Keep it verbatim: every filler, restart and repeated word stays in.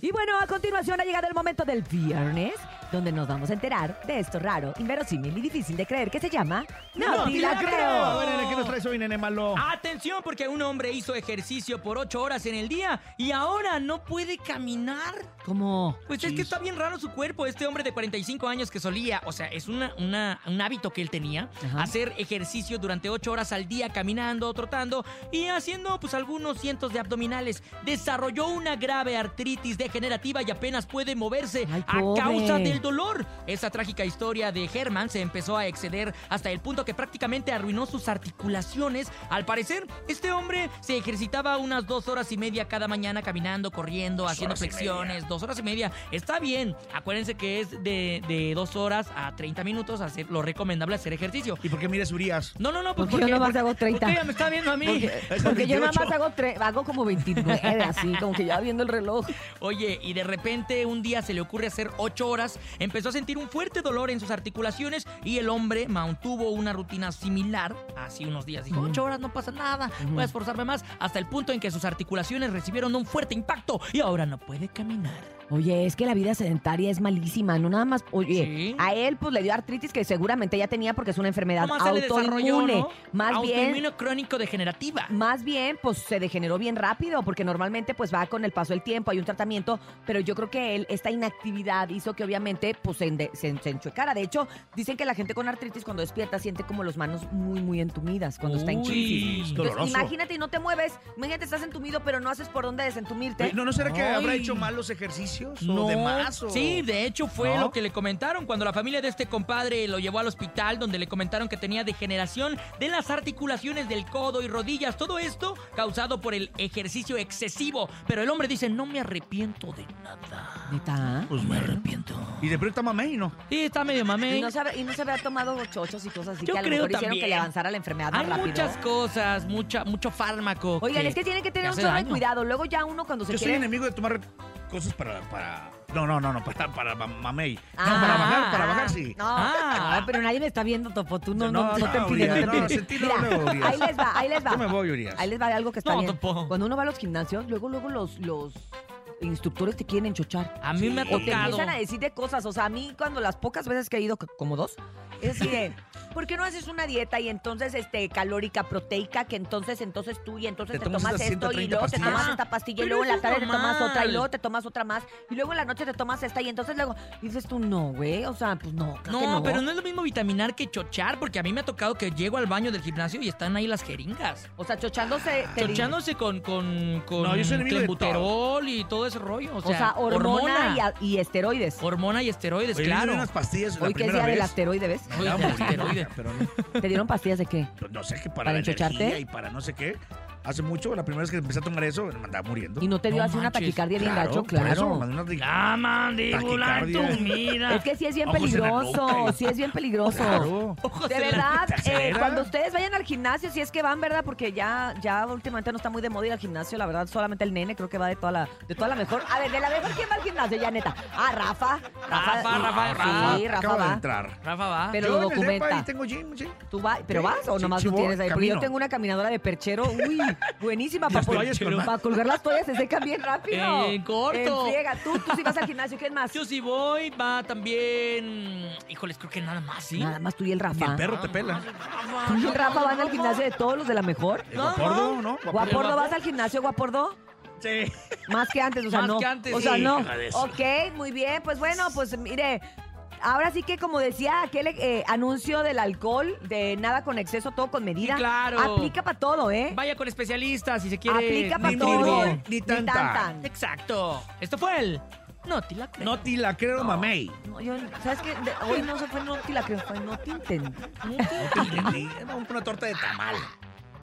Y bueno, a continuación ha llegado el momento del viernes, donde nos vamos a enterar de esto raro, inverosímil y difícil de creer que se llama No, Te La Creo. A ver, nene, ¿qué nos traes hoy, nene malo? Atención, porque un hombre hizo ejercicio por ocho horas en el día y ahora no puede caminar. ¿Cómo? Pues Chis. Es que está bien raro su cuerpo. Este hombre de cuarenta y cinco años que solía, o sea, es una, una, un hábito que él tenía, Ajá. hacer ejercicio durante ocho horas al día, caminando, trotando y haciendo pues algunos cientos de abdominales. Desarrolló una grave artritis degenerativa y apenas puede moverse Ay, a causa del dolor. Esa trágica historia de Herman se empezó a exceder hasta el punto que prácticamente arruinó sus articulaciones. Al parecer, este hombre se ejercitaba unas dos horas y media cada mañana caminando, corriendo, dos haciendo flexiones. Dos horas y media. Está bien. Acuérdense que es de, de dos horas a treinta minutos hacer lo recomendable hacer ejercicio. ¿Y por qué miras Urias? No, no, no. Pues porque, porque yo nomás hago treinta. Porque ella me está viendo a mí. Porque, porque yo nomás hago, tre- hago como veintinueve, así, como que ya viendo el reloj. Oye, y de repente un día se le ocurre hacer ocho horas, empezó a sentir un fuerte dolor en sus articulaciones y el hombre mantuvo una rutina similar hace unos días. Dijo, ocho horas no pasa nada, uh-huh. voy a esforzarme más, hasta el punto en que sus articulaciones recibieron un fuerte impacto y ahora no puede caminar. Oye, es que la vida sedentaria es malísima, no nada más. Oye, ¿sí? A él pues le dio artritis que seguramente ya tenía porque es una enfermedad autoinmune. ¿No? Más autoinmune bien crónico degenerativa. Más bien, pues se degeneró bien rápido porque normalmente pues va con el paso del tiempo, hay un tratamiento, pero yo creo que él, esta inactividad hizo que obviamente pues se, ende, se, se enchuecara. De hecho, dicen que la gente con artritis cuando despierta siente como las manos muy, muy entumidas cuando Uy, está en crisis. Entonces, imagínate y no te mueves, imagínate estás entumido pero no haces por dónde desentumirte. No, ¿no será que Ay. habrá hecho mal los ejercicios? No. ¿O de más, o... Sí, de hecho fue ¿No? lo que le comentaron cuando la familia de este compadre lo llevó al hospital, donde le comentaron que tenía degeneración de las articulaciones del codo y rodillas. Todo esto causado por el ejercicio excesivo. Pero el hombre dice, no me arrepiento de nada. ¿Neta? Pues no me arrepiento. Y de pronto está mamey, ¿no? Sí, está medio mamey. Y no se había, y no se había tomado chochos y cosas así Yo que a lo creo mejor hicieron también. que le avanzara la enfermedad más Hay rápido. muchas cosas, mucha, mucho fármaco. Oigan, que, es que tienen que tener un hace chorro de daño. cuidado. Luego ya uno cuando se Yo quiere... soy enemigo de tomar cosas para... para... No, no, no, no, para, para mamey. Ah, no, para bajar, para bajar sí. No, Ah. no, pero nadie me está viendo, Topo. Tú no, no, No, no, no, te no, pides, Urias, no te no, pides. sentí Mira, luego, Urias. ahí les va, ahí les va. Yo me voy, Urias. Ahí les va algo que está No, bien. Topo. Cuando uno va a los gimnasios, luego, luego los, los instructores te quieren enchochar. A mí me ha O te tocado. empiezan a decir de cosas. O sea, a mí cuando las pocas veces que he ido, como dos, es así de, ¿por qué no haces una dieta y entonces este calórica, proteica, que entonces, entonces tú y entonces Te te, tomas tomas estas esto y ciento treinta luego te pastillas. tomas esta pastilla y Pero luego en la eso es tarde te tomas normal. otra y luego te tomas otra más y luego en la noche te tomas esta y entonces luego y dices tú, no, güey, o sea, pues no, claro No, que no, pero no es lo mismo vitaminar que chochar, porque a mí me ha tocado que llego al baño del gimnasio y están ahí las jeringas. O sea, chochándose. te digo. Chochándose con, con, con No, yo soy enemigo de clenbuterol y todo ese rollo. O O sea, sea, hormona, Y, a- y esteroides. Hormona y esteroides, Oye, me claro. dieron unas pastillas la Hoy que es primera día vez. del asteroide, ¿ves? Oye, Ya del morí, asteroide. pero no, ¿Te dieron pastillas de qué? no sé qué para, ¿Para la enchocharte? energía y para no sé qué. Hace mucho, la primera vez que empecé a tomar eso, me andaba muriendo. ¿Y no te dio No así una manches. taquicardia bien Claro, gacho? por eso, Claro. me mandé una taquicardia. La mandíbula en tu Taquicardia. mira. Es que sí es bien Ojos en la peligroso, nuca. sí es bien peligroso. Claro. Ojos De en la- verdad, eh, ¿Exagera? cuando ustedes vayan al gimnasio, si es que van, ¿verdad? Porque ya, ya últimamente no está muy de moda ir al gimnasio, la verdad, solamente el nene creo que va de toda la, de toda la mejor. A ver, de la mejor, ¿quién va al gimnasio ya, neta? Ah, Rafa. Rafa, Rafa, Rafa, Sí, Rafa acaba de va. entrar. Rafa va. Pero Yo lo en el depa documenta. ahí tengo gym, sí. ¿Tú vas? ¿Pero Sí, vas o sí, nomás sí lo voy, tienes ahí? Porque yo camino. tengo una caminadora de perchero, uy, buenísima para, Las toallas con- para colgar las toallas, se secan bien rápido. En corto. En friega. Tú, tú sí vas al gimnasio, ¿quién más? Yo sí voy, va también... Híjoles, creo que nada más, ¿sí? Nada más tú y el Y Rafa. el perro te pela. ¿Tú y el Rafa van al gimnasio de todos los de la mejor? ¿El No, guapordo, no? ¿Guapordo vas al gimnasio, Guapordo? Sí. Más que antes, o sea, Más no. que antes, o sea, sí, no. hija de eso. Ok, muy bien. Pues bueno, pues mire, ahora sí que como decía aquel eh, anuncio del alcohol, de nada con exceso, todo con medida. Sí, claro. Aplica para todo, ¿eh? Vaya con especialistas si se quiere... Aplica para ni todo. Virgo, ni tanta. Exacto. Esto fue el... No te la creo. No te la creo, mamey. No, yo, ¿sabes qué? De- hoy no se fue no te la creo, fue no te entendí. No te entendí. Era una torta de tamal.